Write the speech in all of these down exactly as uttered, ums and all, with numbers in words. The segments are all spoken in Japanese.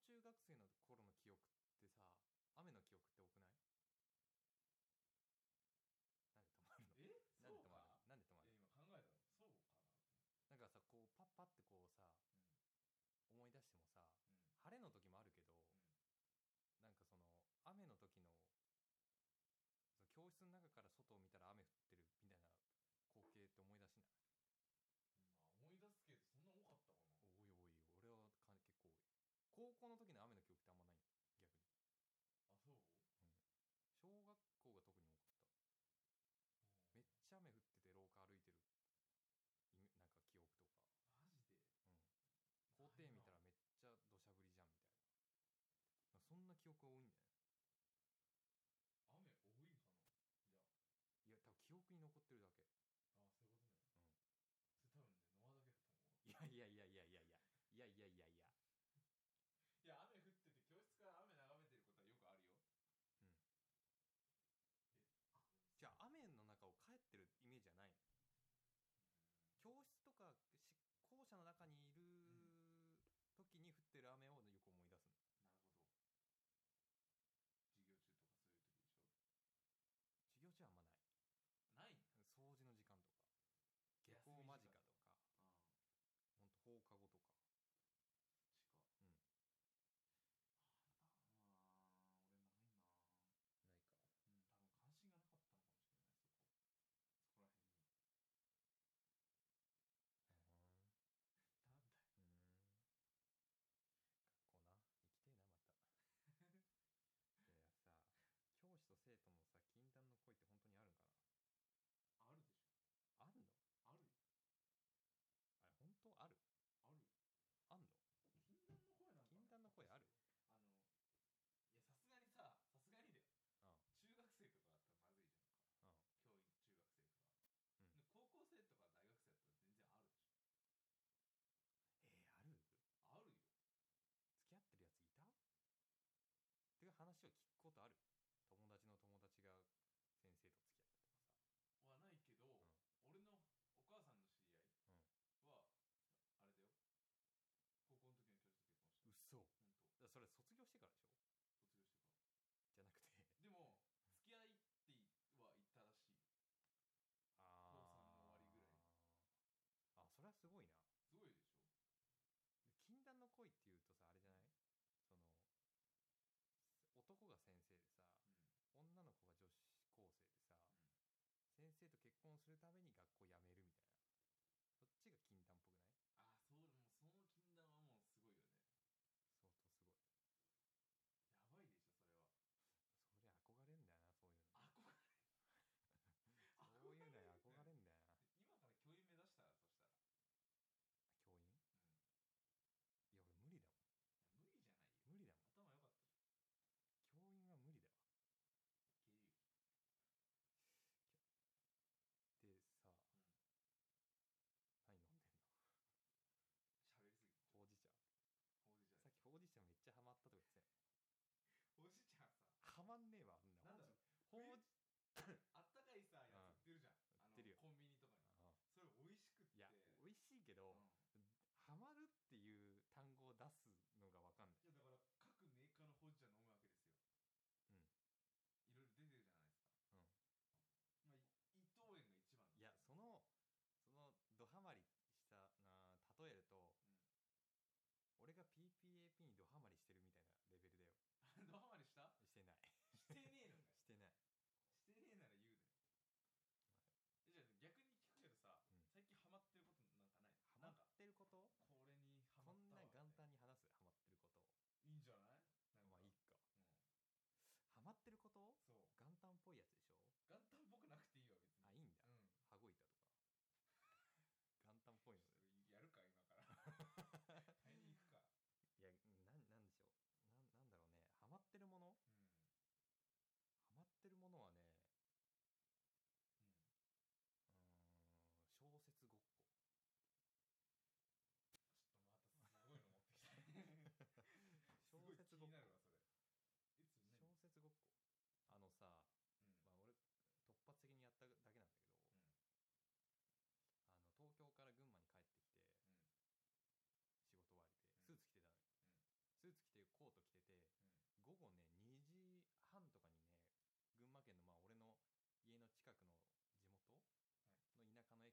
中学生の頃の記憶ってさ、雨の記憶って多くない？なんで止まるの？ えなんで止まそうかるなんで止まるいや今考えたのそうかなと思ってなんかさ、こうパッパってこうさ、 うん思い出してもさ、 うん晴れの時もあるけど、 うんなんかその雨の時の、その教室の中から外を見たら雨降ってるみたいな光景って思い出しない？ まあ思い出すけどそんな多かったかな。 多い多い、俺はか結構多い。高校の時の雨の記憶ってあんまないん、逆に。 あそううん、小学校が特に多かった。 うめっちゃ雨降ってて廊下歩いてるイメなんか記憶とか、 マジでうん、校庭見たらめっちゃ土砂降りじゃんみたいな、そんな記憶が多いんだよね。 雨多いかなじゃいや多分記憶に残ってるだけ。 ああそういうことね。 うん、 それ多分ねノアだけだと思う。 いやいやいやいやいやいやいやいやいやいや。 いや雨降ってて教室から雨眺めてることはよくあるよ。 うん、 えじゃあ雨の中を帰ってるイメージじゃないの？教室とか校舎の中にいる時に降ってる雨をよく思い出すの。 なるほど。授業中とかそういう時でしょ。 授業中はあんまない。 ないんだ。 掃除の時間とか下休校間み時間近とか、 ああほんと放課後とか。 しかうん、 ああ俺ないな。 ないか。 うん多分関心がなかったのかもしれない。そこそこら辺に。 うなんだよ。 ーん、うーん、学校な行きてえなまた。いやさ、教師と生徒のさ禁断の恋って本当にあるんかな？ あるでしょ。 あんの？ あるよ。 あれ本当ある？ あるよ。 あんの？ 禁断の声なんかね。 禁断の声ある？ あのいやさすがにささすがにだよ。 うん中学生とかだったらまずいじゃんか。 うん教員中学生とか、 うん。 で高校生とか大学生だったら全然あるでしえー、ある？ ょ。あるよ。 付き合ってるやついたっていう話を聞くことある？友達の友達が先生と付き合ったとかさ。 はないけど、 うん俺のお母さんの知り合いうん。 はあれだよ。高校の時の教師と結婚した。 嘘。 本当。 だそれ卒業してからでしょ？ 卒業してから。 じゃなくて。 でも付き合いっては言ったらしいよ。 あ高さんの終わりぐらいに。 あ、それはすごいな。 すごいでしょ。 禁断の恋っていうとさ、あれじゃない？その男が先生でさ、 うん女の子が女子高生でさ、 うん先生と結婚するために学校辞めるみたいな、そっちが禁断っぽくない？ ああそうもうその禁断はもうすごいよね。 相当すごい。 やばいでしょそれは。 そりゃ憧れんだよな、そういうの。 憧れそういうのに憧れんだよな。 今から教員目指したらそしたら。 教員？ うん。 いや俺無理だもいや無理じゃないよ。 ん。無理だもん。 頭良かったじ教員は無理だわ。 ゃん。いけるよ。 でさ、 うん。 何飲んでんの？ 喋りすぎて。 ほうじ茶？ ほうじ茶。 さっきほうじ茶めっちゃハマったとか言ってたよ。 ほうじ茶さ。 ハマんねえわあんな。 なんだろう。 ほうじあったかいさやつ売ってるじゃん。あの売ってるよコンビニとかに。 あそれ美味しくって。 いや美味しいけうど、 ん。 ハマるっていう単語を出すのが分かんない。 いやだから各メーカーのほうじ茶飲むわけですよ。 うんいろいろ出てるじゃないですか。 うん。 まあい伊藤園が一番なんですよ。 いやそのそのドハマりしたな例えると、 うん。 俺が ピーピーエーピー にドハマりしてるみたいなレベルだよ。 ドハマりしたしてない。 してねえのかよ。 してない。 してねえなら言うなよ。えじゃあ逆に聞くけどさ、 うん最近ハマってることなんかないの？ ハマっなんかてること？ これにハマこんなったわ元旦にに話すハマってることを。 いいんじゃない？なんかまあいいか。 うん。 ハマってること？ そう元旦っぽいやつでしょ？ 元旦っぽくなくていいわ別に。 あいいんだ。 うん。 羽子板とか元旦っぽいので。 ちょっとやるか今から買いに行くか。 いやなんなんでしょう、なんなんだろうね、ハマってるもの。 うんハマってるものはね、 うん。 うーん小説ごっこ。 ちょっとまたすごいの持ってきたすごい気になるわそれ。いつ何？ 小説ごっこ。あのさ、 うんまあ俺突発的にやっただけなんだけど、 うんあの東京から群馬に帰って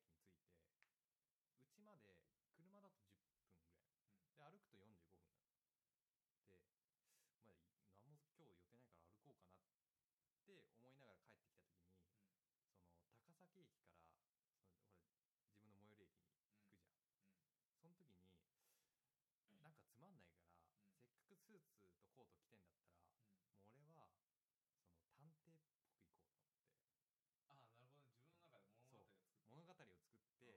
駅に着いて、うちまで車だとじゅっぷんぐらい、 うん、 で歩くとよんじゅうごふんなので、まあ何も今日予定ないから歩こうかなって思いながら帰ってきた時に、 うん、 その高崎駅からそのほら自分の最寄り駅に行くじゃん、 うん、 その時になんかつまんないから、 うん、 せっかくスーツとコート着てんだったら、 うん、 もう俺はその探偵っぽく行こうと思って、 ああなるほど、ね、自分の中で物語を作って物語を作って、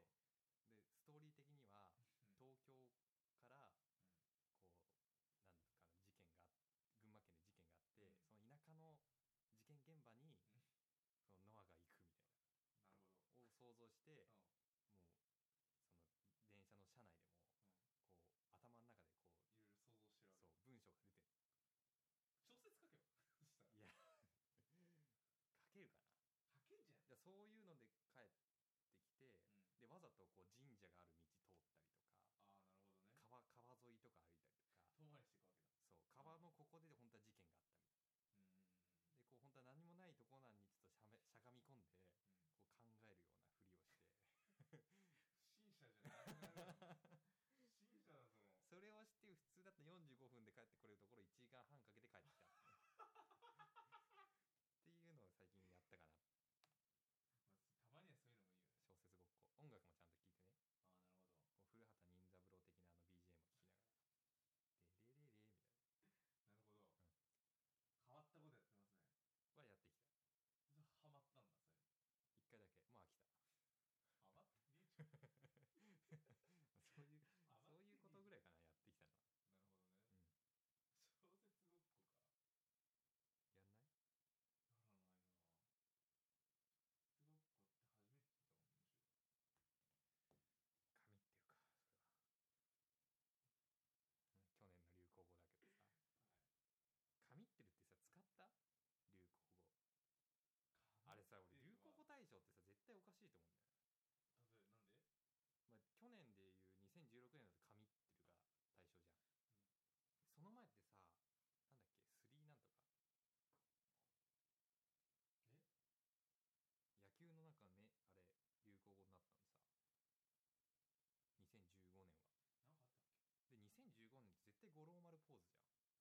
でストーリー的にはうん東京からうんこうなんかの事件が群馬県で事件があって、 うんその田舎の事件現場にうんそのノアが行くみたいなるほど、 なを想像して、 うもうその電車の車内でもんうん、 こう頭の中でこいろいろ想像してるわけ。 うそう文章が出てる。 小説書けよそしたらいや書けるかな。 書けんじゃん。 じゃそういうので帰ってきて、 うん、 でわざとこう神社がある道通ったりとか、 ああなるほどね、 川川沿いとか歩いたりとか、 遠回りしていくわけだ。 そう川のここで本当は事件があったみたいうんうんな、でこう本当は何もないところなのにちょっとしゃべしゃがみ込んでうんうん、 こう考えるようなふりをして不審者じゃなくなる不審者だと思う。 それをして普通だったらよんじゅうごふんで帰ってこれるところいちじかんはんかけて帰ってきたっていうのを最近やったかな。 まあ、たまにはそういうのもいいよね。 小説ごっこ、音楽もちゃんと聴いてね、 ああなるほど、 こう古畑任三郎的なあの ビージーエム を聴きながらでレレレみたいなるほど、 うん、 変わったことやってますね。 なはやってきた。 それハマったんだ、そういうの。 一回だけもう飽きたハマってねえじゃんそういうハマってねえじゃんそういうことぐらいかなやってきたのは。 なるほどね、 うん、 小説ごっこか。 やんない。 やらないな。小説ごっこって初めて聞いたもん、むしろ。 神ってるかそれは、うん、去年の流行語だけどさ、 はい、 神ってるってさ使った流行語。あれさ俺流行語大賞ってさ絶対おかしいと思うんだよね。 例えばなんで、 まあ、去年でいうにせんじゅうろくねんだと神ってるが大賞じゃん、 うん、 その前ってさなんだっけスリーなんとか、 え野球の中ねあれ流行語になったのさにせんじゅうごねんは。 なんかあったっけ。 でにせんじゅうごねんって絶対五郎丸ポーズじゃん。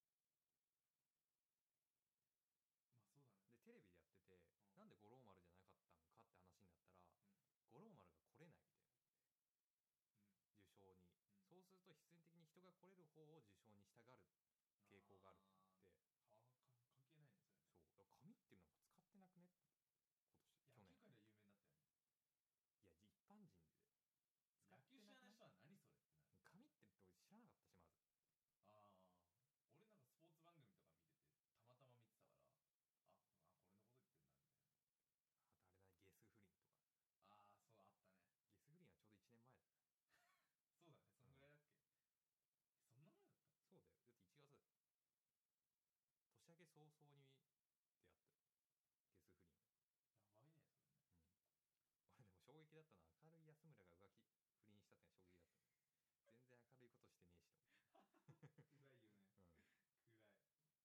まあそうだね。 でテレビでやってて、 うんなんで五郎丸じゃなかったのかって話になったら、 うん五郎丸が来れないみたいになってうん受賞に、 うん、 そうすると必然的に人が来れる方を受賞にしたがる傾向があるって言って、 あーか関係ないねそれね。 そうだから紙っていうのは使ってなくね今年去年。 野球界では有名になったよね。 いや一般人で使野球知ってなくないらない人は何それってなる。 紙ってって俺知らなかったしまず。 ああ俺なんかスポーツ番組とか見ててたまたま見てたから、ああこれのこと言ってんだみたいな。 あとあれだねゲス不倫とか。 ああそうあったね。 ゲス不倫はちょうどいちねんまえだね。 そうだね、そんぐらいだっけ、そんな前だったっけ。 そうだよだっていちがつだよ。年明け早々に出会ったよゲス不倫やばいねそれね。 を。うん俺でも衝撃だったのは明るい安村が浮気不倫したってのは衝撃だったね。全然明るいことしてねえしと暗いよね、 思って、 暗い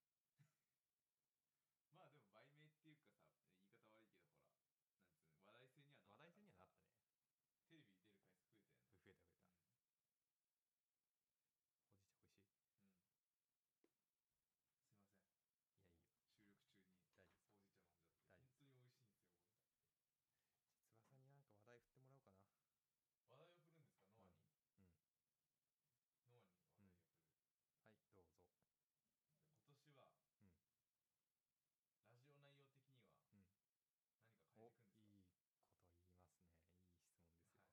まあでも売名っていうかさ、言い方悪いけどほらなんつうの話題性にはうん、 なったからさ。 話題性にはなったね。 テレビに出る回数増えたよね。 増えた増えた、ほうじ茶美味しい。 うん、うん、すいません、 いやいいよ収録中に大丈夫ほうじ茶飲んじゃって大丈夫本当に美味しいんですよこれ。 翼になんか話題振ってもらおうかな。 話題を振るんですか、ノアに。 うん、 ノアに話題を振る、 はいどうぞ。 じゃあ今年は、 うん、 ラジオ内容的にはうん、 何か変えていくんですか。 おいいこと言いますね。いい質問ですよ、 はい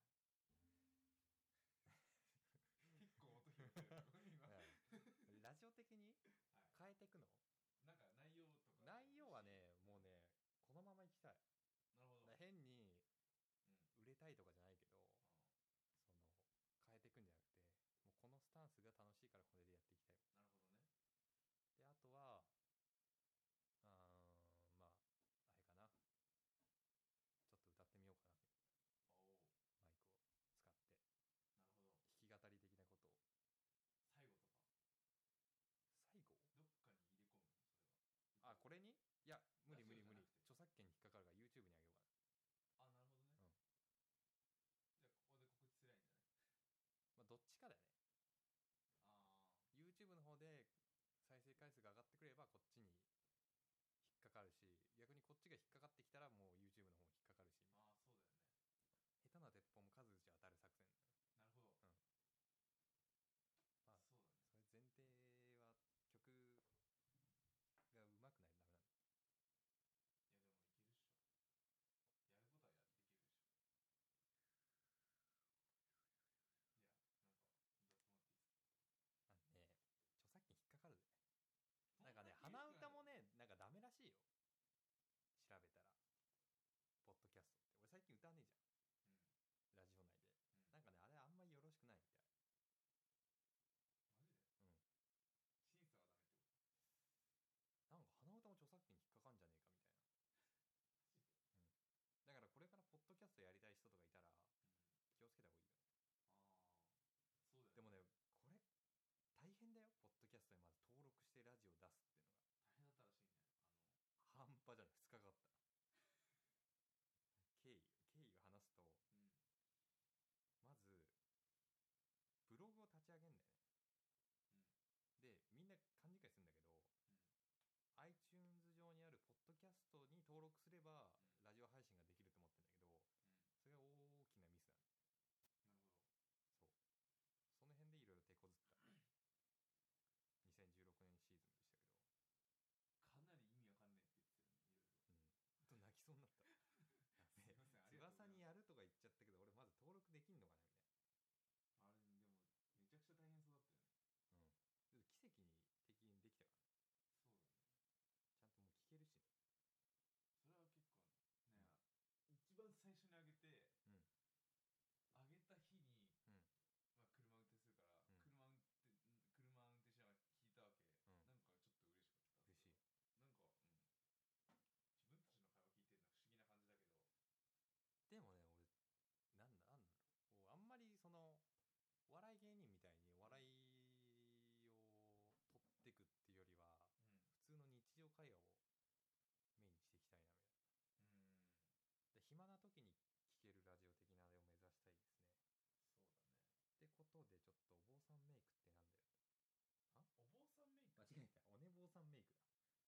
結構音拾ってる今、はい、 ラジオ的に変えていくの。 なんか内容とか。 内容はねもうねこのままいきたい。 なるほど。 変にうん、 売れたいとかじゃないけど、 あその変えていくんじゃなくてもうこのスタンスが楽しいからこれでやっていきたい。 なるほどね。 であとはあーまああれかなちょっと歌ってみようかなみたいおおなマイクを使ってなるほど。 弾き語り的なことを。 最後とか最後どっかに入れ込むのそれあは。 これにいや無理無理無理ラジオじゃなくて著作権に引っかかるから YouTube にあげようかな。 あなるほどね、 うん回数が上がってくればこっちに引っかかるし、逆にこっちが引っかかってきたらもう YouTube の方も引っかかるし、 ああそうだよね。 下手な鉄砲も数打ち当たる作戦だよ。 なるほど、 うん、まあそうだね。 それ前提は曲が上手くないとダメなんだよ。 いやでもいけるっしょ。やることはやっていけるでしょ。いやなんか歌ってもらっていいですか。 あのね、著作権引っかかるぜ。 そなんかね、 厳しくない鼻歌もね、なんかダメらしいよ。調べたら。ポッドキャストって。俺最近歌わねえじゃうんん。ラジオ内で。 うんなんかね、あれあんまりよろしくないみたい。 マジでうん。 審査はダメってこと。 なんか鼻歌も著作権に引っかかんじゃねえかみたいな。 マジで。 うん。だからこれからポッドキャストやりたい人とかいたら、 うん気をつけた方がいいよね。 ああそうだよね。 でもね、これ、大変だよ。ポッドキャストにまず登録してラジオ出すっていうのが。 大変だったらしいね。あの半端じゃない。ふつかかかった。経緯、経緯を話すと、 うんまず、ブログを立ち上げんだよね。 うんで、みんな勘違いするんだけど、 うん iTunes 上にあるポッドキャストに登録すれば、 うんラジオ配信ができると思ってるんだけど、 うんそれが大きなミスなんだよ。 なるほど。 そう。その辺でいろいろ手こずった。にせんじゅうろくねんシーズンでしたけど、 かなり意味わかんないって言ってたよね、いろいろ。 うん。ほんと泣きそうになった。 すいません、ありがとうございます。 翼にやるとか言っちゃったけど、俺まず登録できんのかなみたいあれでもめちゃくちゃ大変そうだったよね。 な。うん。ちょっと奇跡に適現できたからね。 そうだね。 ちゃんともう聞けるしね。 それは結構ね、一番最初に上げて、 うん。 上げた日に、 うん。 まあ、車運転するから、 うん車運転車運転しながら聞いたわけ、 うん、 なんかちょっと嬉しかった。 嬉しい。 なんか、うん、自分たちの会話聞いてるの不思議な感じだけど。 でもね、俺なんだなんだろう、あんまりそのお笑い芸人みたいにお笑いを取ってくっていうよりは、 うん、 普通の日常会話をメインにしていきたいなみたいな。 うんで、暇な時に聞けるラジオ的なあれを目指したいですね。 そうだね。 ってことで、ちょっとお坊さんメイクってなんだよ。あ、 お坊さんメイク。 間違えた。おね坊さんメイクだ。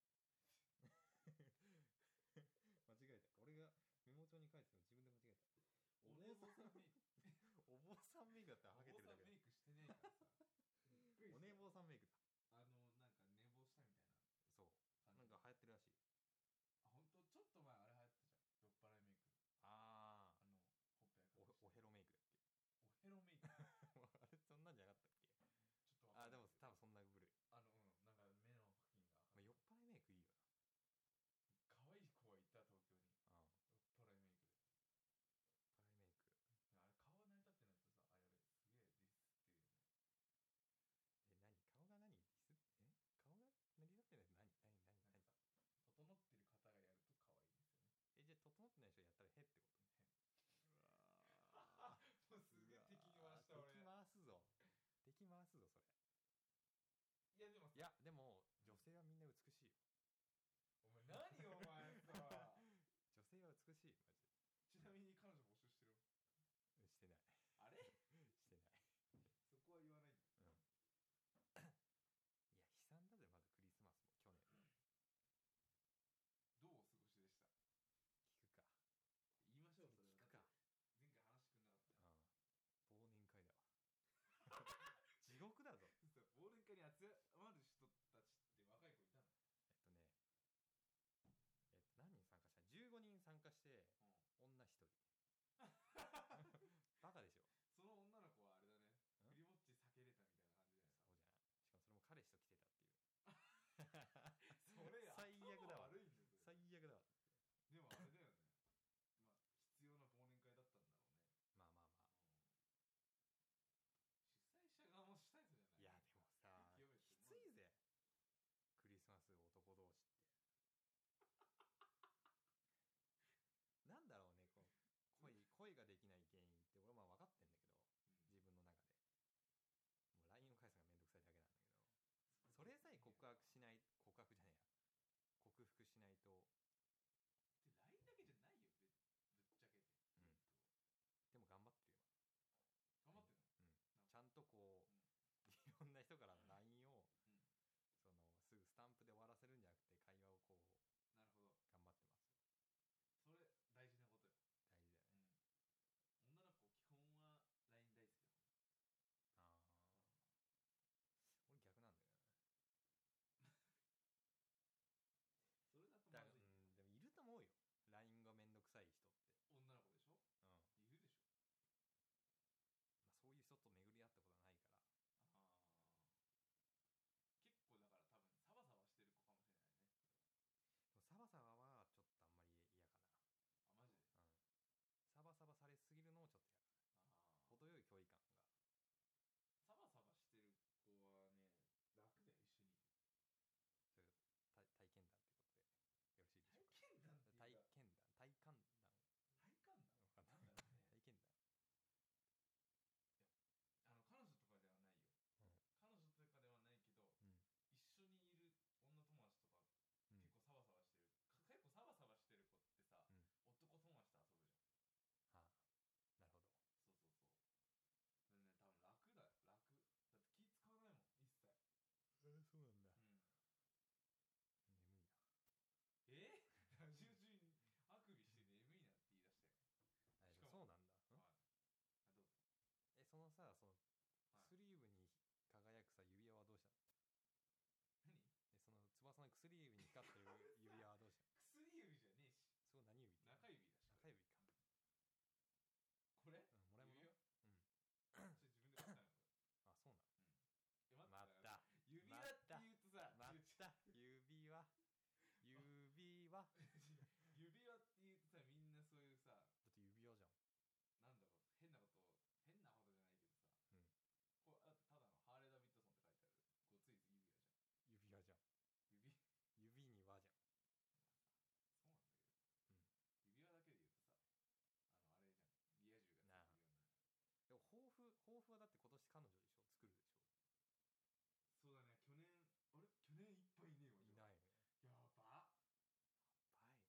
間違えた。俺がメモ帳に書いてたの自分で間違えた。 お坊さんメイク。 お坊さんメイクだったらハゲてるだけだ。 お坊さんメイクしてねえからさ。 おね坊さんメイクだ。 あのなんか寝坊したみたいな。 そうなんか流行ってるらしい。 あ、ほんとちょっと前あれ流行ったじゃん、酔っ払いメイク。 ああのほっぺ赤おくしておヘロメイクだっけ。 おヘロメイク。 あれそんなんじゃなかったっけ。 ちょっとわかあ、 んないけどでも多分そんな部類。 あのうんなんか目の付近が赤く、 まあ、酔っ払いメイクいいよ可愛い子はいた東京にな。うん。 酔っ払いメイクで。 酔っ払いメイク。 あれ顔が成り立ってないとさ、あやべえすげえディスってるよね。 え、何顔が何ディスえ顔が成り立ってないと何何何何なんかさ、整ってる方がやると可愛いんですよね。 え、じゃあ整ってない人やったらへってこと。 変。 うわもうすげえ敵に回した俺。 敵回すぞ。敵回すぞそれ。 いやでもさ、 いやでも女性はみんな美しいよ。 お前何お前さ。 女性は美しいマジちなみに彼女募集してる。 で。してない。 あれしてない。 そこは言わないんだ。 うん。いや悲惨だぜ。まずクリスマスも去年。 どうお過ごしでした。 聞くか。 言いましょう。それ聞くか。 前回話してくんなかったじゃん。 うん。忘年会だわ。地獄だぞ。 忘年会に集まる人たちって若い子いたの。 えっとねえっと何人参加した？じゅうごにん参加して、 うん、 女ひとり。バカでしょ。 その女の子はあれだね、 んクリぼっち避けれたみたいな感じじゃない。 そうじゃん。しかもそれも彼氏と来てたっていう。 それ最悪だわ。 悪いんだよそれ。 最悪だわ。 でもあれだよね、まあ必要な忘年会だったんだろうね。 まあまあまあ、 うん、主催者側も主催者じゃない。 いやでもさきついぜクリスマス男同士って。なんだろうね、こう恋恋ができ輪だ指輪って言うとさ、みんなそういうさ、 って指輪じゃん。 なんだろう、変なこと変なことじゃないけどさ、 うんこれだってただのハーレー・ダビッドソンって書いてあるごつい指輪じゃん。 指輪じゃん。 指指に輪じゃん。 そうなんだけどさ、 うん。 指輪だけで言うとさ、あのあれじゃん、リア充がついてるような。 でも抱負抱負はだって今年彼女でしょ、作るでしょ。 そうだね、去年あれ去年いっぱいいねえわ。 いないね。 やばばいね。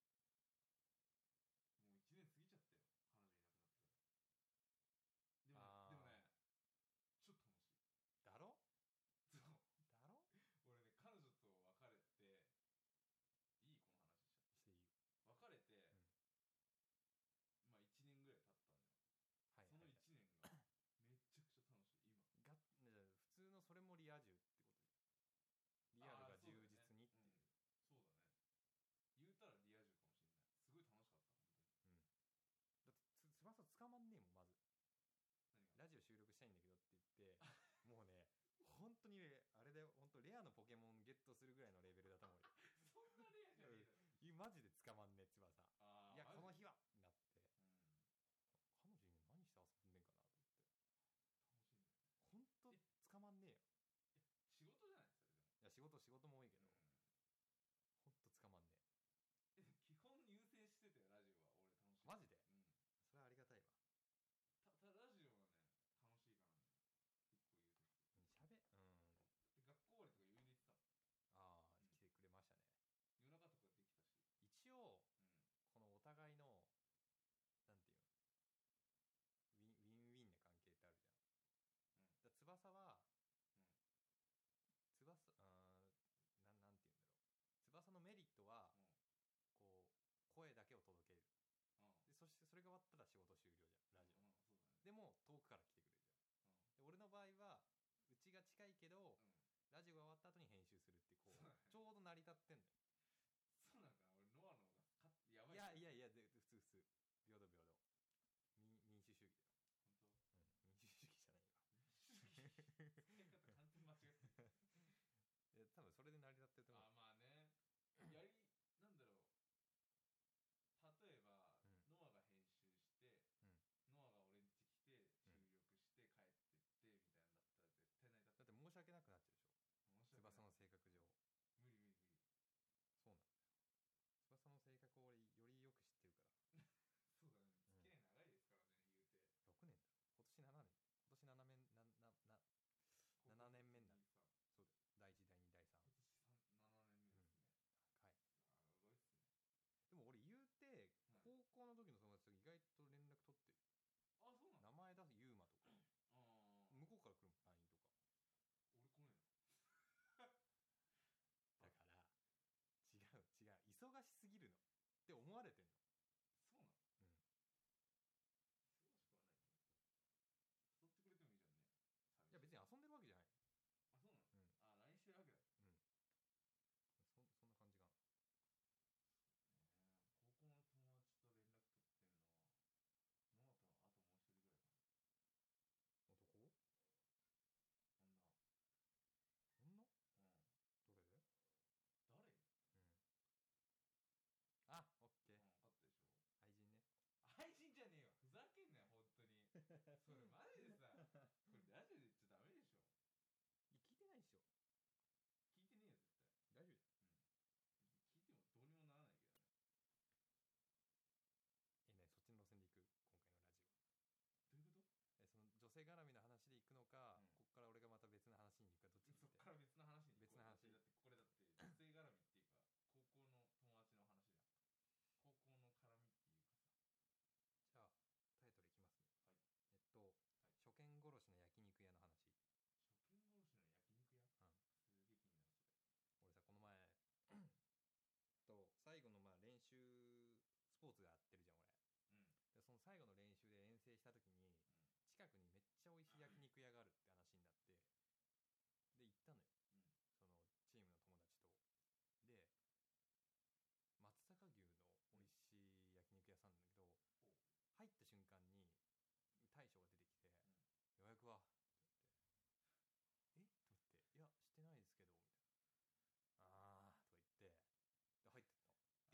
もういちねん過ぎちゃったよ、彼女いなくなってから。でもあーでもね、ちょっと楽しい。 だろそうだろ俺ね、彼女と別れて、いいこの話しちゃって。 していいよ。 別れて、 うん、 まあいちねんぐらい経ったのよ。 はいはい、はい、 そのいちねんがめちゃくちゃ楽しい今が。普通のそれもリア充ってことじゃん。リアルが充実にっていう。 そうだね、うん、そうだね、言うたらリア充かもしれない。すごい楽しかった本当に。 うん、だってつ翼捕まんねえもんまず。 何がラジオ収録したいんだけどって言ってもうね本当にあれだよ、本当レアのポケモンゲットするぐらいのレベルだと思うよそんなレアじゃねえだろマジで捕まんねえ翼。 あいやこの日はなって、 うん、 彼女今何して遊んでんかなと思って。 楽しいんだよね本当捕まんねえよ。 いや仕事じゃないそれでも。 いや仕事仕事も多いけど、 うん、 本当捕まんねえ。 え基本優先してたよラジオは。俺楽しい。 マジで、 うん、 それはありがたいわ。 たたラジオはね楽しいからね、結構優先してる。 しゃべうんで学校終わりとか余裕で言ってたもん。 ああ、 うん、 来てくれましたね。 夜中とかできたし。 一応、 うん、 このお互いのなんていうのウィンウィンウィンな関係ってあるじゃん。 うん、 だ翼は、 うん、 翼あーななんていうんだろう、翼のメリットは、 うん、 こう声だけを届ける。 うん、 でそしてそれが終わったら仕事終了じゃんラジオ、 うん、そうだね。 でも遠くから来てくれるじゃん。 うん、 で俺の場合はうちが近いけど、 うん、 ラジオが終わった後に編集するってこうそうだねちょうど成り立ってんだよ。 そうなんかな、俺ノアの方がかやばい。 いやいやいやで普通普通平等平等民民主主義だよ。 本当？ うん、民主主義じゃないわ。 民主主義使い方完全間違ってる。 いや多分それで成り立ってると思う。 あまあね、やりなんだろう、例えば、うん、ノアが編集して、うん、ノアが俺ん家来て収録して帰ってってみたいなんだったら絶対成り立って。 だって申し訳なくなっちゃうでしょ翼の性格上。 無理無理無理。 そうなんだよ。翼の性格を俺よりよく知ってるからそうだね、付き合い長いですからね、うん、言うてろくねんだろ。今年ななねん、今年ななねんなななななねんめになる。そうだよ、だいいちだいにだいさん、 今年ななねんめですね、 うん、長い。 長いっすね。 でも俺言うて、うん、高校の時の友達と意外と連絡取ってる。 あ、そうなの。 名前出すユーマとかあ向こうから来るもん ライン とか。 俺来ねえのだから違う違う、忙しすぎるのって思われてんの。 そうなの。 うん、 忙しくはないけど誘ってくれてもいいじゃんね。 いや別に遊んでるわけじゃない。 あ、そうなの、うん、あ、ライン してるわけだ。うん、 そ, そんな感じかな。 そうね、高校の友達と連絡取ってんのはノアとあともう一人ぐらいかな。 男？ 女。 女？ うん。 どれで？ 誰？ うん。あ、オッケー。 うん、分かったでしょ。 愛人ね。 愛人じゃねえよ、ふざけんなよ本当にそれマジでさ、これラジオで言っちゃダメでしょ。 いや聞いてないでしょ。 聞いてねえよ絶対。 大丈夫だよ。 うん。聞いてもどうにもならないけどね。 え、ね、そっちの路線で行く今回のラジオは。 どういうこと？ え、その女性絡みの話で行くのか、うん、ここから俺がまた別の話に行くか、どっちに行って。 そっから別の話に行く。 別の話。 だってこれだって女性絡みっていうか高校の友達の話じゃん。高校の絡みっていうかさ。 じゃあタイトルいきますね。 はい。 えっと、はい、初見殺しの焼肉屋の話。 初見殺しの焼肉屋？うん。すげえ気になるそれ。 俺さこの前と最後のまあ練習スポーツがやってるじゃん俺。うん。でその最後の練習で遠征した時に、うん、近くにめっちゃ美味しい焼肉屋があるって話になってで行ったのよ。うん。そのチームの友達と。で松阪牛の美味しい焼肉屋さんなんだけど、うん、入った瞬間に大将が出てきて、うん、予約はって言って、えと思って、いやしてないですけどみたいな、あーとか言ってで入ってったの。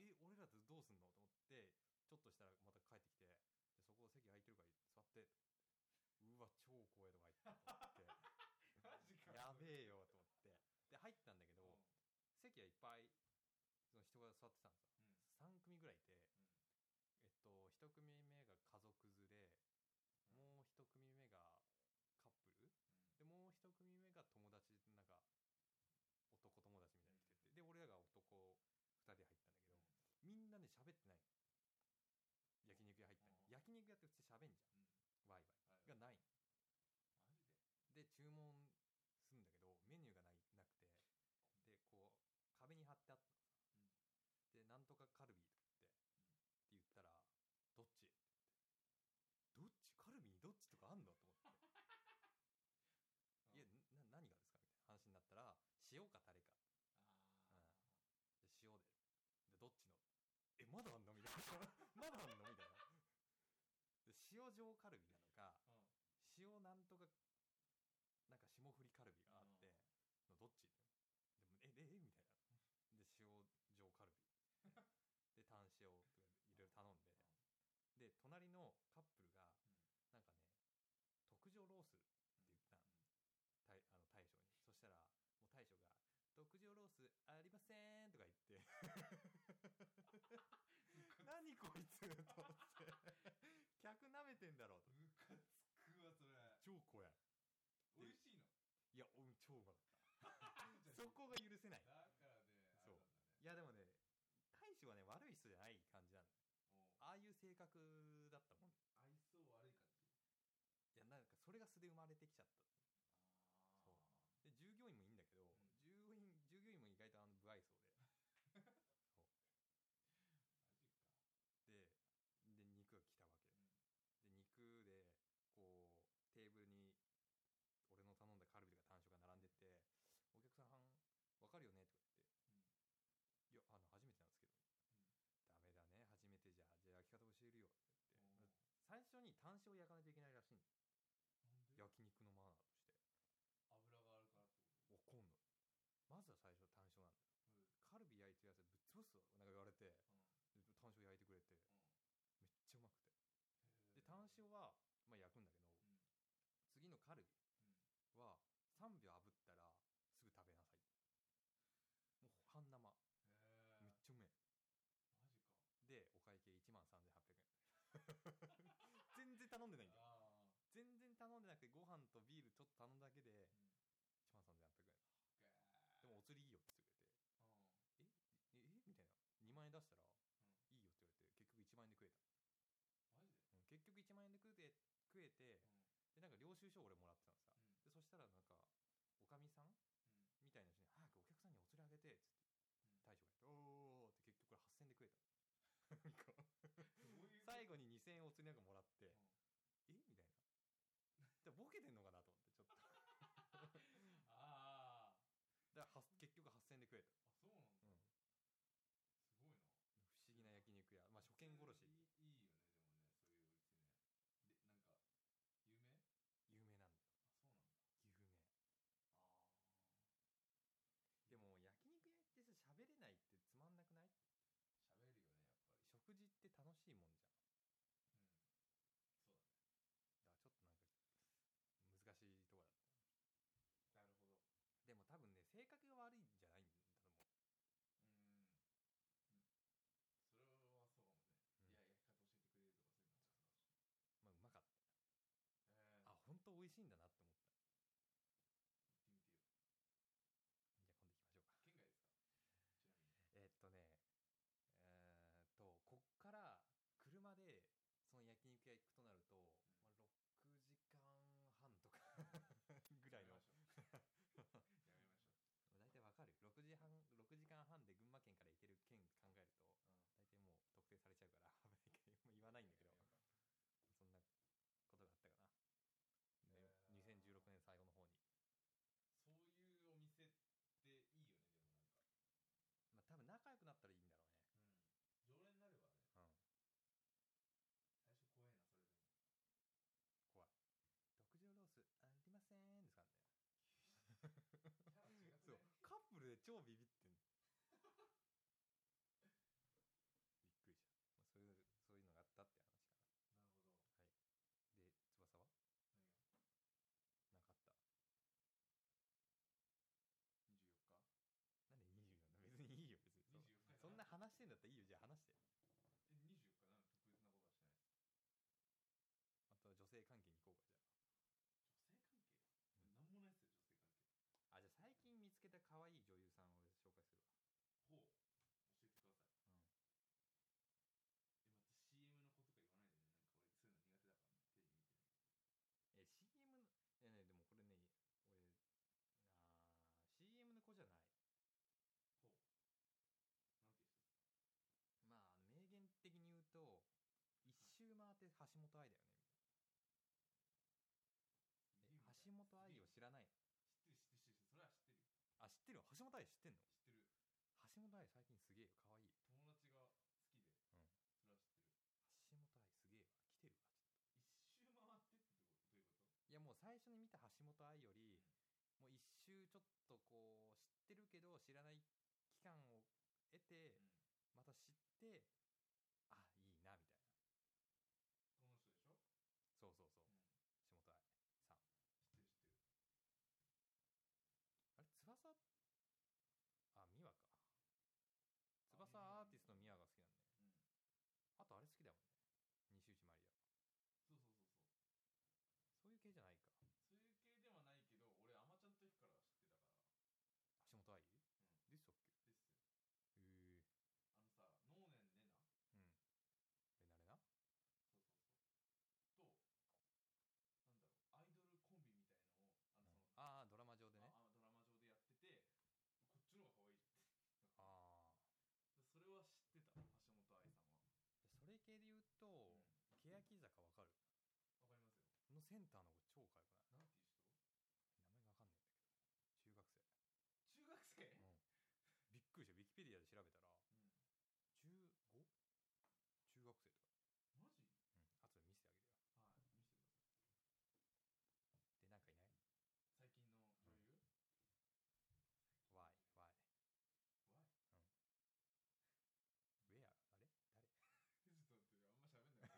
すんのと思ってちょっとしたらまた帰ってきて、でそこ席空いてるから座ってって言って、うわ超怖いとこ入ったと思ってマジかやべえよと思ってで入ったんだけど、 うん席はいっぱいその人が座ってたのさ、 うん、 さん組ぐらいいて、 うん、 えっといち組目が家族連れ、 うん、 もういち組目がカップル、 うん、 でもういち組目が友達、なんか男友達みたいに来てて、で俺らが男ふたり入ったんだけど、みんなね喋ってない。焼肉屋入ったのに、焼肉屋って普通喋んじゃん、ワイワイがない。 マジでで注文するんだけどメニューがないなくて、でこう壁に貼ってあったのさ、うん、でなんとかカルビとか言って、うん、って言ったらどっちって言って、どっちカルビにどっちとかあんのと思っていやな何がですかみたいな話になったら、塩かタレか、あ、うん、で塩ででどっちの、えまだあんのみたいなまだあんのみたいなで塩状カルビなのか、うん、塩なんとかなんか霜降りカルビがあって、うん、どっちってでもえええみたいなで塩状カルビでタン塩とかいろいろ頼んで、うん、で隣のカップルが、うん、なんかね特上ロースって言ったの、うん、大, あの大将に。そしたらもう大将が特上ロースありませんとか言って何こいつと思って客なめてんだろうと。 ムカつくわそれ。 超怖い。 美味しいの？ いや超うまかったそこが許せない。 だからね、 そう、いやでもね大将はね悪い人じゃない感じなんだよ。ああいう性格だったもん。 愛想悪い感じ？ いやなんかそれが素で生まれてきちゃった。あそうで従業員もいいんだけど、うん、従業員従業員も意外とあの不愛想でそうマジか。 でで肉が来たわけ、うん、で肉でこうテーブルに俺の頼んだカルビとかタン塩が並んでて、お客さん分かるよねとか言って、うん、いやあの初めてなんですけど、うん、ダメだね初めてじゃじゃあ焼き方教えるよって言って、最初にタン塩を焼かないといけないらしいんだ。なんで？焼肉のマナーとして油があるからってこと？ わかんない。まずは最初タン塩なんだよ、うん、カルビ焼いてるやつぶっ潰すわなんか言われて、うん、タン塩焼いてくれて、うん、めっちゃうまくて、でタン塩は、まあ、焼くんだけど、うん、次のカルビはさんびょう炙ったらすぐ食べなさい。もう半生めっちゃうめえ。 マジか。 でお会計いちまんさんぜんはっぴゃくえん全然頼んでないんだよ。全然頼んでなくてご飯とビールちょっと頼んだだけでいちまんさんぜんはっぴゃくえん、でもお釣りいいよって言ってくれて、えええみたいな、にまんえん出したらいいよって言われて結局いちまんえんで食えた。 マジで？ うん、結局いちまんえんで食えて食えて、うん、でなんか領収書俺もらってたのさ、うん、でそしたらなんかおかみさん、うん、みたいな人に早くお客さんにお釣りあげてっつって、うん、大将が言っておーって結局これはっせんえんで食えた最後ににせんえんお釣りなんかもらって、うん、えみたいな、じゃあボケてんのかなと思ってちょっとああだから結局はっせんえんで食えた。 あそうなんだ、うん、すごいな。 不思議な焼肉屋、まあ初見殺し。 いいよねでもねそういうお店ね。でなんか有名？ 有名なんだよ。 あそうなんだ。 有名。あでも焼肉屋ってさ喋れないってつまんなくない？ 喋るよねやっぱり。 食事って楽しいもんじゃん。 うんそうだね。 だからちょっとなんか難しいとこだった。 なるほど。 でも多分ね性格が悪いんじゃないんだと思う。うんそれはそうかもね、うん、いや焼き方教えてくれるとかそういうのはそうかもしれない。 まあうまかった。えー、あ本当美味しいんだなって思った。 行ってみてよ。 じゃあ今度行きましょうか。 県外ですか？ちなみに。 えー、っとねえー、っとこっから車でその焼肉屋行くとなると、うんまあ、ろくじかんはんとかぐらいのやめましょう大体わかる。ろくじはんろくじかんはんで群馬県から行ける県考えると、うん、大体もう特定されちゃうから危ないからもう言わないんだけどそんなことがあったかな、ねえー、にせんじゅうろくねん最後の方に。 そういうお店っていいよねでもなんかまあ多分仲良くなったらいいんだろうね、 うん、常連になればね、うん、最初怖いなそれでも怖い。特上ロースありませんですからねキャラ違くない？ そうカップルで超ビビってんびっくりした。 橋本愛だよねみたいな。え橋本愛を知らないの？ 知ってる知ってる知ってる、それは知ってるよ。 あ知ってる。橋本愛知ってんの？ 知ってる。 橋本愛最近すげえよ、かわいい。 友達が好きで、うん、それは知ってる。 橋本愛すげえわ、来てるわちょっと。 一周回ってってどうどういうこと？ いやもう最初に見た橋本愛より、うん、もう一周ちょっとこう知ってるけど知らない期間を得て、うん、また知ってあいいなみたいな。 この人でしょ？ そうそうそう、うん、橋本愛さん知ってる知ってる。 あれ翼あ美和か。翼アーティストの美和が好きなんだよね、うん、あとあれ好きだもんね、西内まりや。 そうそうそうそう。 そういう系じゃないか。 そういう系ではないけど、俺アマちゃんの時から知ってたから。 橋本愛、うん、でしたっけ？ ですよ。 へえ。 あのさ、能年レナ、 うん、レナレナ、 そうそうそうと、なんだろう、アイドルコンビみたいのをあの、うん、そのああドラマ上でね、 ああドラマ上でやってて、こっちの方が可愛いじゃんああそれは知ってた、橋本愛さんは。 それ系で言うと、うん、欅坂わかる？ わかりますよ。 のセンターの子超可愛くない？ なんていう人？ 名前がわかんないんだけど、中学生。 中学生？ うん、びっくりした。ウィキペディアで調べたら、うん、じゅうご？ 中学生とか。 マジ？ うん、後で見せてあげるよ。 はい、見せてください。でなんかいない？ 最近の女優？ うん、Why Why Why？ うん。Where あれ誰？ ちょっと待って、あんま喋んない。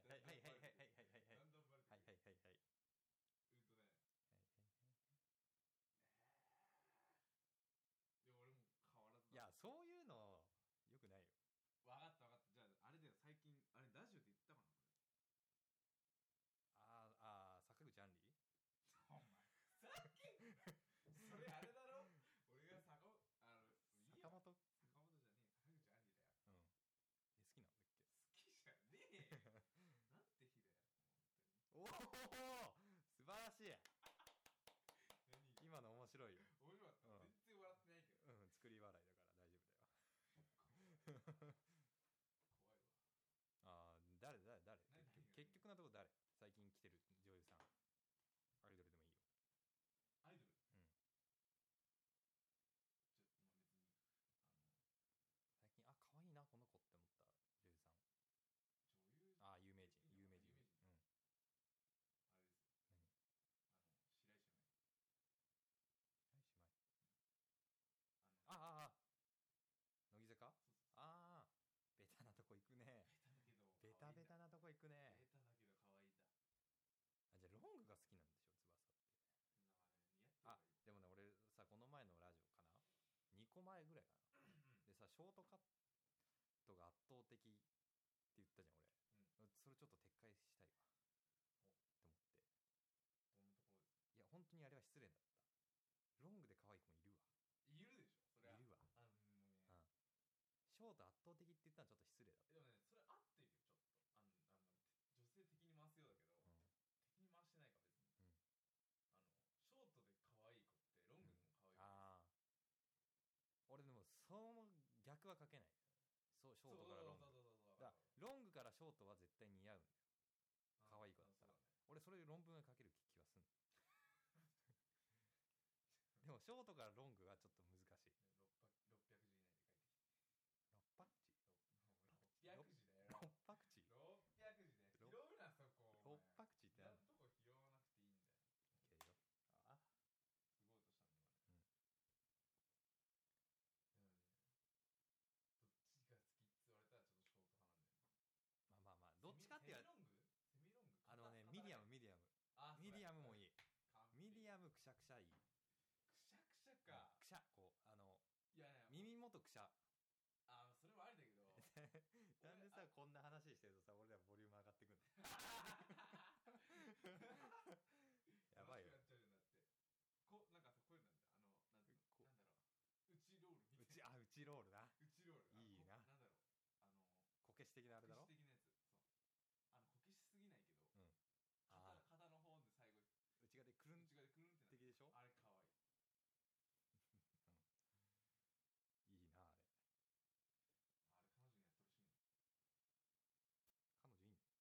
はいはいはいはいはいはいはいはい。 だんだんバレてくる。 はいはいはいはい。 うんとね。はいはいはいはい。えー。いや俺も変わらずだ。 いやそういうのよくないよ。 分かった分かった。じゃああれだよ、最近あれラジオで言ったかなこれ。 あーあー坂口杏里。 お前ふざけんな。それあれだろ。俺が坂あの坂本坂本じゃねえ、坂口杏里だよ。うん。 え好きなんだっけ？ 好きじゃねえよ。なんて日だよ本当に。おお素晴らしい。今の面白いよ。 面白かった、うん、全然笑ってないけど。 うん作り笑いだから大丈夫だよ。 怖いわ。 ああ誰誰誰結局結局のところ誰最近来てる女優さん、アイドルでもいいよ。 アイドル、 うん、 ちょまあ別にあの最近あ可愛いなこの子って思った女優さん。 女優ああ有名人有名人有名人、うん、 あれですよ。 何？ あの白石麻衣。 白石麻衣、 うん、あのああああ乃木坂。 そうそうそう、 ああベタなとこ行くね。 ベタだけどベタベタなとこ行くね。 ベタだけど可愛いんだ。 あじゃあロングが好きなんでしょ翼って。 なんかね似合ってる。 あでもね俺さこの前のラジオかなにこまえぐらいかなでさショートカットが圧倒的って言ったじゃん俺、うん、それちょっと撤回したいわって思って。 どんなところですか？ いや本当にあれは失礼だった。ロングで可愛い子もいるわ。 いるでしょそれは。 いるわ。 あのね、うん、 ショート圧倒的って言ったのはちょっと失礼だった。 でもねそれ合ってるよちょっと。あのあの女性的に回すようだけど、うん、敵に回してないか別に、うん、あのショートで可愛い子ってロングでも可愛い子です、うん、ああ俺でもその逆は書けない。そうショートからロングだ。ロングからショートは絶対似合うんだよ可愛い子だったら、ね、俺それで論文が書ける気はすんでもショートからロングはちょっと難しい。 ろっぴゃくじ以内で書いてきて。 ろっぱくじろっぴゃくじだよ。 ろっぱくじろっぴゃくじで拾うなそこ。 ろっぱくじって何とこ拾わなくていいんだよ。 いけるよ。ああすごいとしたの今ね、うん、でもねどっちが好きって言われたらちょっとショート派なんだよね。 まあまあまあどっちかっていうセミロングセミロングあのねミディアムミディアムミディアムもいい。ミディアムくしゃくしゃいい。 くしゃくしゃか、 くしゃこうあのいやいや耳元くしゃ。 あそれもありだけどなんでさこんな話してるとさ俺らボリューム上がってくんのやばいよ。 楽しくなっちゃうじゃんだってこなんかさこういうのなんだあのなんていうのなんだろう内ロールみたいな。 内あ内ロールな。 内ロールいいな。 なんだろうあのこけし的なあれだろ。 こけし的なやつそうあのこけしすぎないけど、うん、肩, 肩の方で最後内側でくるん内側でくるんってな的でしょ。 あれかわいいいいなあれ。 あれ彼女にやってほしいな。 彼女いいの？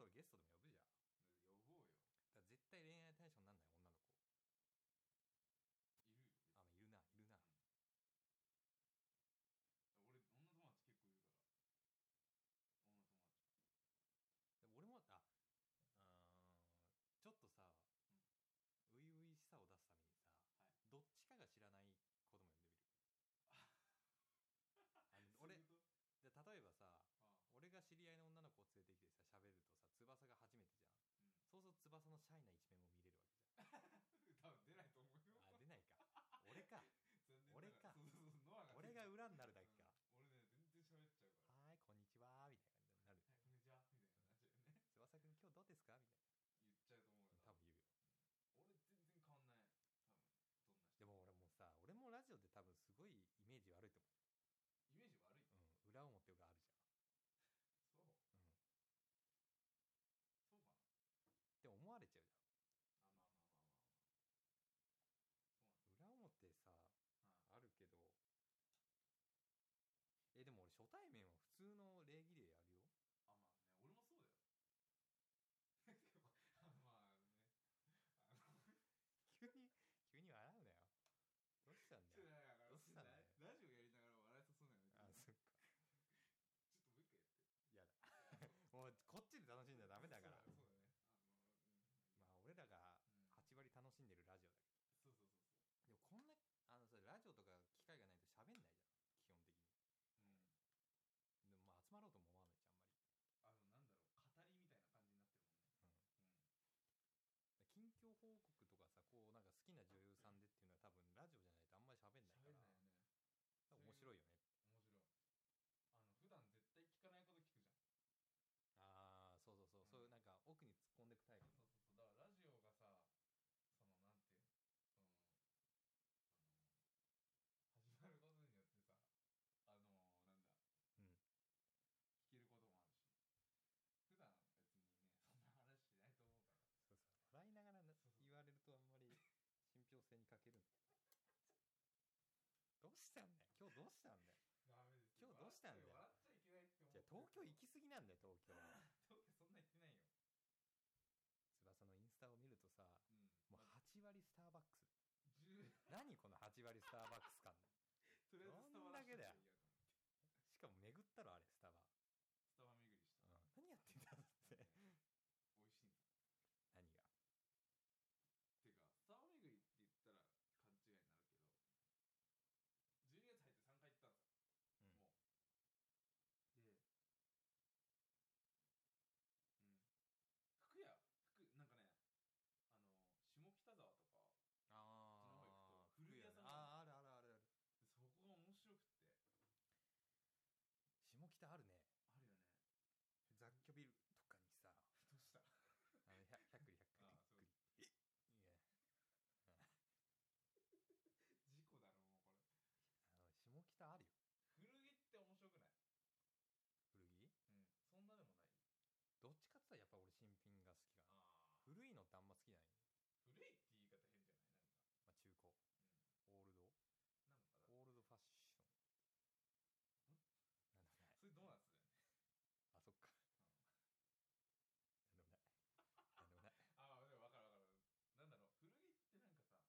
そろゲストでも呼ぶじゃん。 呼ぼうよ。 だから絶対恋愛対象になんない女の子いるよ。 あ、いるな、いるな、 うん、俺女友達結構いるから。女友達でも俺もああちょっとさ、初々、しさを出すためにさ、はい、どっちかが知らない子供呼んでみるあの俺で例えばさ、ああ俺が知り合いの女の子を連れてきてさ喋るとさ、翼が初めてじゃん、うん、そうすると翼のシャイな一面も見れるわけじゃん多分出ないと思うよ。 あ、出ないか。俺か俺かそうそうそう、ノアが俺が裏になるだけか、 うん、俺ね全然喋っちゃうから、 はいこんにちはみたいな感じになる、 はいこんにちはみたいな感じよね。 翼くん今日どうですかみたいな言っちゃうと思うよ。 多分言うよ、 うん、俺全然変わんない。多分どんな人でも俺もさ、俺もラジオで多分すごいイメージ悪いと思う。 イメージ悪い、 うん、裏表があるじゃん。 そう、うん、そうかなって思われちゃうじゃん。あ、まあまあまあまあまあ、 そうなんだ。裏表さ、はあ、あるけど、えでも俺初対面は普通の礼儀でやるよ。 あ、まあね、俺もそうだよまあね、あの急に急に笑うなよ。どうしたんだよ。どうしたんだよ。 ラジオやりながら笑いそうなのやめて。 あ、そっか。 ちょっともう一回やって。 やだ。もうこっちで楽しんじゃダメだから。 そうだね。あの、 うん、まあ俺らがはち割楽しんでるラジオだけど。 そうそうそうそう。 でもこんなあのさラジオとか機会がないと喋んないじゃん。基本的に。うん。でもまあ集まろうとも思わないじゃんあんまり。 あのなんだろう、語りみたいな感じになってるもんね。うん。うん。 近況報告とかさ、こうなんか好きな女優さんでっていうのは多分ラジオじゃないとあんまり喋んないから。喋んないよね。面白いよね。 面白い。あの普段絶対聞かないこと聞くじゃん。 ああ、そうそうそう、うん、そういうなんか奥に突っ込んでいくタイプ。 そうそうそう。だからラジオがさ、そのなんていうの、そのあの始まることによってさ、あのなんだ、うん、聞けることもあるし、普段別にねそんな話しないと思うから。 そうそう、笑いながら言われるとあんまり信憑性に欠けるんだけどどうしたんだよ今日、どうしたんだよダメですよ今日どうしたんだよ。 笑っちゃいけないって思って。 じゃあ東京行き過ぎなんだよ東京東京そんな行ってないよ。 翼のインスタを見るとさ、うん、もうはち割スターバックスじゅう何このはち割スターバックス感とりあえずスタバだけだよ。しかも巡ったろあれスタバスタバ巡りした、 うん、何やってんだって美味しいんだ。 何がてかスタバ巡りって言ったら勘違いになるけど、じゅうにがつ入ってさんかい行ったんさ、うん、もうで、うん、服屋服なんかね、あの下北沢とかあっちの方行くと古着屋さんが、ね、 ああるあるあるある。 でそこが面白くって、 下北あるね。 あるよね。 雑居ビルとかにさどうしたあのひゃっくりひゃっくりひゃっくりいや事故だろもうこれ。 あの下北あるよ。 古着って面白くない？ 古着？ うん、そんなでもない。 どっちかって言ったらやっぱ俺新品が好きかな。古いのってあんま好きじゃない。 古いって言い方変じゃない？なんか、 まあ、中古、うん、オールドなのかな。 オールドファッションんなんでもない。 それドーナツだよね。 あ、そっか、うん、なんでもないなんでもないああ、でも分かる分かる。なんだろう、古着ってなんかさ、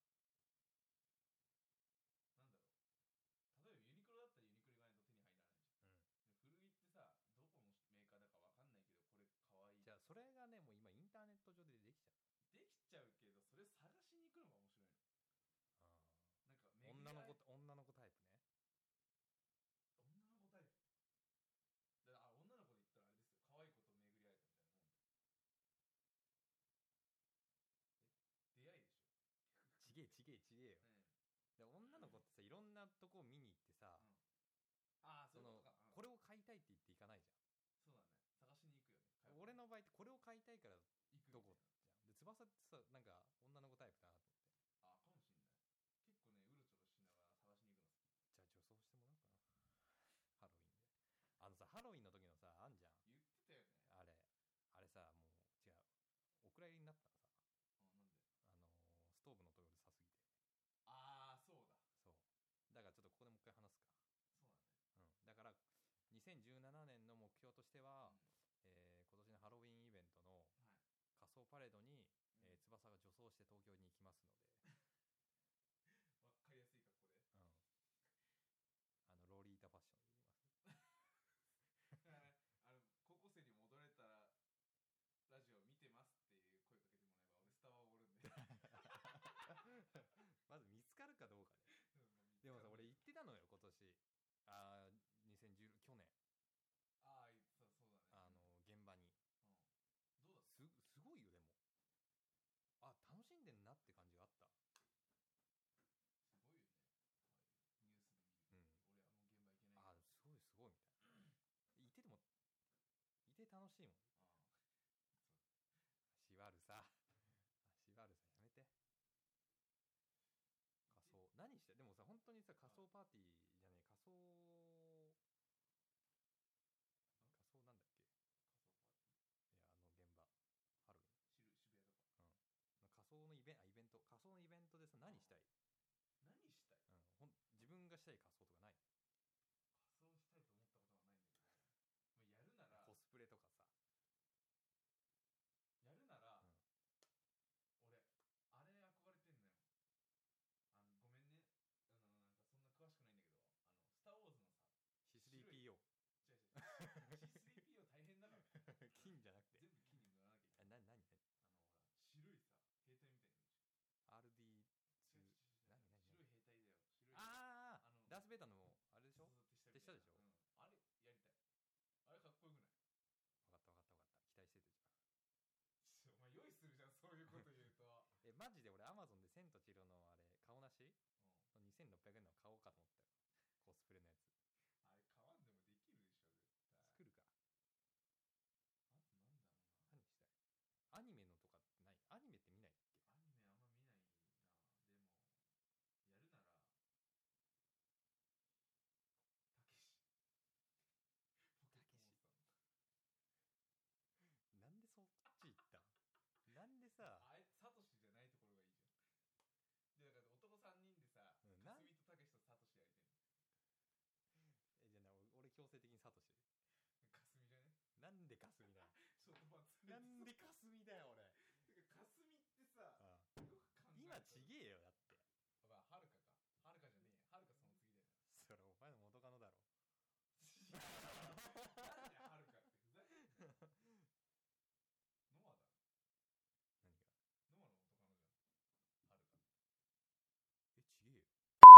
なんだろう、例えばユニクロだったらユニクロがないと手に入らないじゃん、うん、で古着ってさ、どこのメーカーだか分かんないけどこれかわいい。 じゃあそれがね、もう今インターネット上でできちゃう。 できちゃうけど、それ探しに行くのが面白いの。ああ、なんか女の子女の子タイプね。 女の子タイプだから、あ、女の子で言ったらあれですよ、可愛い子と巡り会えたみたいなもんで。え、出会いでしょ。 ちげえちげえちげえよ、ね、で女の子ってさ、いろんなとこ見に行ってさ、うん、ああ、そういうことか、うん、これを買いたいって言って行かないじゃん。 そうだね、探しに行くよね。 俺の場合ってこれを買いたいからどこじゃん。で翼ってさ、なんか女の子タイプだなと思って。 ああ、かもしんない。結構ね、うろちょろしながら探しに行くの好き。 じゃあ女装してもらおうかなハロウィンで。あのさ、ハロウィンの時のさ、あんじゃん、 言ってたよね。 あれあれさ、もう違う、お蔵入りになったのさ。 あ、なんで？ あのー、ストーブのところでさすぎて。 ああ、そうだ。 そうだからちょっとここでもう一回話すか。 そうだね。 うん、だからにせんじゅうななねんの目標としては、うん、えー、今年のハロウィンイベントの装パレードに、 うんえー、翼が女装して東京に行きますのでわかりやすい格好で、 うん、あのロリータファッションで行きますあの高校生に戻れたらラジオ見てますっていう声かけてもらえば俺スタバおごるんでまず見つかるかどうかねでもさ俺行ってたのよ今年あにせんじゅう去年ああそうそうだねあの現場に、 うん、どうだったすすごいよでもあ楽しんでんなって感じがあったすごいよねああいうニュースで見ると、うん、俺あんま現場行けないあすごいすごいみたいないててもいて楽しいもんあそう縛るさ縛るさやめて仮装何してでもさ本当にさ仮装パーティーじゃねえ仮装仮装なんだっけ仮装パーティーいやあの現場ハロウィン渋谷とかうん仮装のイベントあイベント仮装のイベントでさ何したい何したい、 うん、ほん自分がしたい仮装とかない仮装したいと思ったことはないんだけどまあ、やるならコスプレとかさやるなら、 うん、 俺あれ憧れてんのよあのごめんねあのなんかそんな詳しくないんだけどあのスターウォーズのさシースリーピーオー違う違う シースリーピーオー 大変だから、ね、 金じゃなくて全部金に塗らなきゃいけないな何何あのほら白いさ兵隊みたいなイメージアールディーツー 何何白い兵隊だよ白いああダースベイダーのあれでしょ手下でしょ、 うん、あれやりたいあれかっこよくない分かった分かった分かった期待しててじゃんお前用意するじゃんそういうこと言うとえマジで俺アマゾンで千と千尋のあれ顔なし、うん、のにせんろっぴゃくえんの買おうかと思ったよコスプレのやつあれ買わんでもできるでしょ絶対作るかあとなんだろうな何したいアニメのとかってないアニメって見ないっけアニメあんま見ないなでもやるならたけしポケットモンスターのなんでそっち行ったんなんでさあいつサトシじゃないところがいいじゃんでだから男さんにんでさ、うん、かすみとたけしとサトシやりたいのえじゃあな俺強制的にサトシかすみじゃねなんでかすみだよちょっと待ってなんでかすみだよ俺てかかすみってさ、ああよく考え今ちげえよだってまあはるかかはるかじゃねえはるかその次だよねそれお前の元カノだろなんではるかってふざけんなよノアだろ何がノアの元カノじゃんはるかってえちげえよ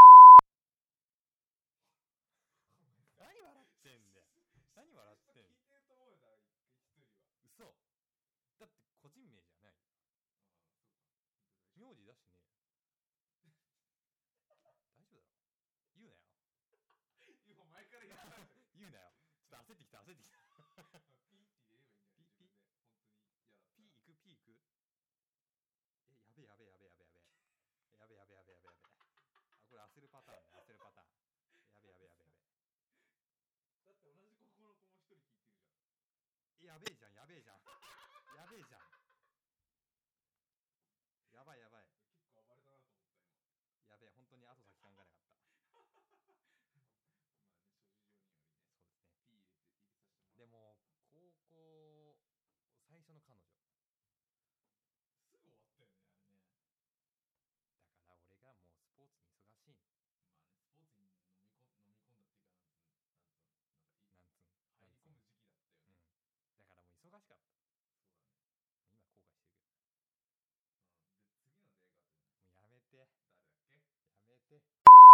何笑ってんだよ何笑ってんの聞いてると思うよだから一人は嘘だって個人名じゃないああそうか名字出してねえよ大丈夫だろ言うなよ今前から言ったんだよ言うなよちょっと焦ってきた焦ってきたピーって入れればいいんじゃない自分で本当に嫌だったピー行くピー行くえやべえやべえやべえやべえやべえやべえやべえやべえやべえやべえあこれ焦るパターンね焦るパターンやべえやべえやべえやべえだって同じ高校の子も一人聞いてるじゃんやべえじゃんやべえじゃんやべえじゃんやばいやばい結構暴れたなと思った今やべえ本当に後先考えなかったまあね諸事情によりねそうですね P 入れて入れさせてもらうでも高校最初の彼女すぐ終わったよねあれねだから俺がもうスポーツに忙しいまあねスポーツに飲みこ飲み込んだっていうかなんつうなんつうなんかいなんつん入り込む時期だったよね、うん、 だからもう忙しかったそうだね今後悔してるけどうん、で次の出会いがあったじゃないもうやめて誰だっけやめて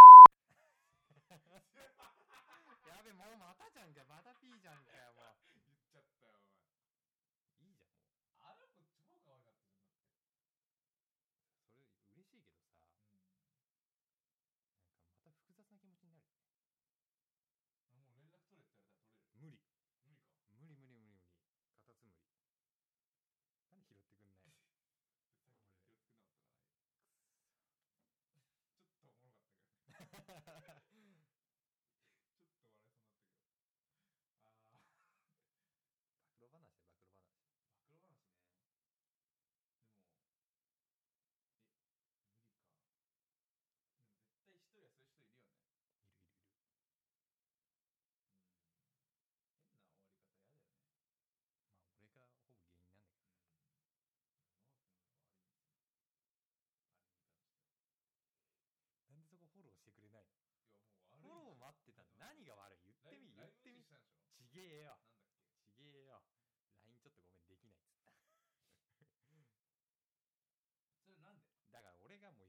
やべもうまたじゃんかよまた P じゃんかよもう言っちゃったよお前いいじゃんもうあの子超可愛かったじゃんだってそれ嬉しいけどさ、うん、なんかまた複雑な気持ちになるよねあもう連絡取れって言われたら取れる無理無理か無理無理無理無理カタツムリなんで拾ってくんないのさっきまで拾ってくんなかったからちょっとおもろかったけどねちょっと笑いそうになったけどあ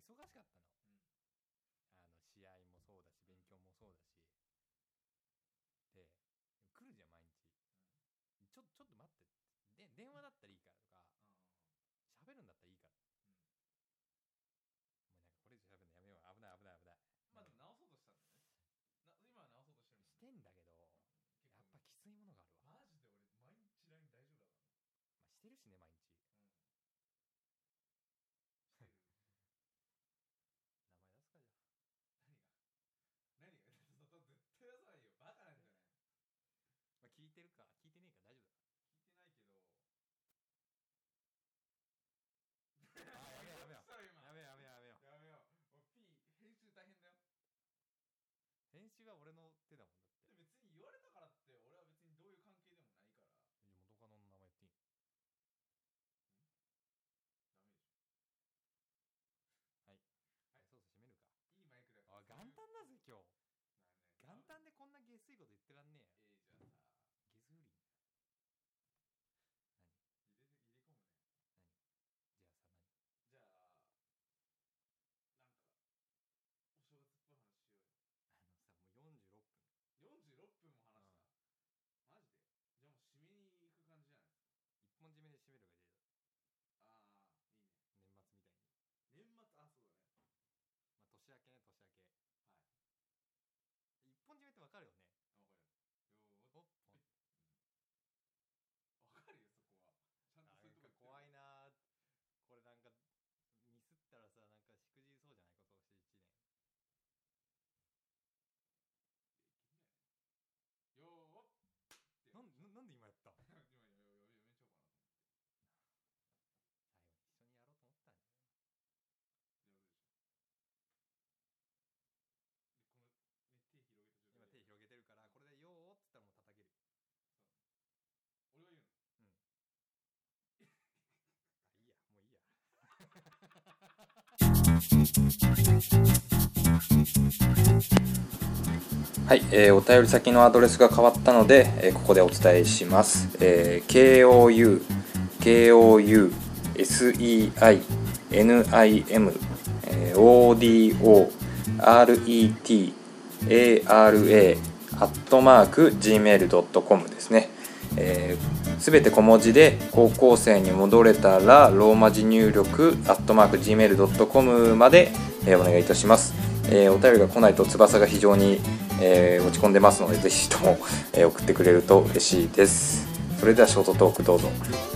忙しかったの、うん、あの試合もそうだし勉強もそうだしで来るじゃん毎日、うん、ちょちょっと待ってで電話だったらいいからとか喋、うん、るんだったらいいから、うん、お前なんかこれ以上喋るのやめよう危ない危ない危ない。 まあでも直そうとしたんだよね。な今は直そうとしてるもんね。 してんだけどやっぱきついものがあるわ。 マジで俺毎日 ライン 大丈夫だからね。 まあ、してるしね毎日、うん、 してる名前出すかじゃ何が何が絶対出さないよバカなんじゃない。 まあ、聞いてるか聞いてねえか大丈夫だ。 聞いてないけどあやめよやめよやめよやめよやめよやめよ P 編集大変だよ。 編集は俺の手だもんだって。 別に言われたからって俺は別にどういう関係でもないから。 元カノの名前言っていい？ん？ ダメでしょ。 はい、はい、そうそう閉めるか。 いいマイクだから。 あ元旦だぜ今日。元旦でこんな下水こと言ってらんねえよ。 えー、じゃあさ下水不倫何入れて入れ込むね。 何じゃあさ何じゃあなんかお正月っぽい話しようよ。 あのさもうよんじゅうろっぷんよんじゅうろっぷんも話した、うん、マジで。じゃあもう締めに行く感じじゃないですか。 一本締めで締めるが出る。 ああいいね。 年末みたいに。 年末あそうだね。 まあ年明けね年明け。 はい。 一本締めってわかるよね。 わかるよ。よーっぽっぽん。 わ、うん、かるよそこは。ちゃんとそういうとこ怖いなこれなんかミスったらさなんかしくじりそうじゃない今年いちねん。 いけんじゃないよーってなんななんで今やった今やめちゃおうかなと思って。 最後に一緒にやろうと思ったんだよ。 やるでしょ。でこの、ね、手広げた状態今手広げてるからこれでよーっつったらもう叩ける。 そう俺が言うの。 うんあいいやもういいやはい、えー、お便り先のアドレスが変わったので、えー、ここでお伝えします。えー、ケーオーユー ケーオーユー エスイーアイエヌアイエム オーディーオー アールイーティー エーアールエー アットマーク ジーメールドットコム ですね。えー、すべて小文字で高校生に戻れたらローマ字入力アットマーク ジーメールドットコム まで、えー、お願いいたします。えー、お便りが来ないと翼が非常に、えー、落ち込んでますのでぜひとも、えー、送ってくれると嬉しいです。それではショートトークどうぞ。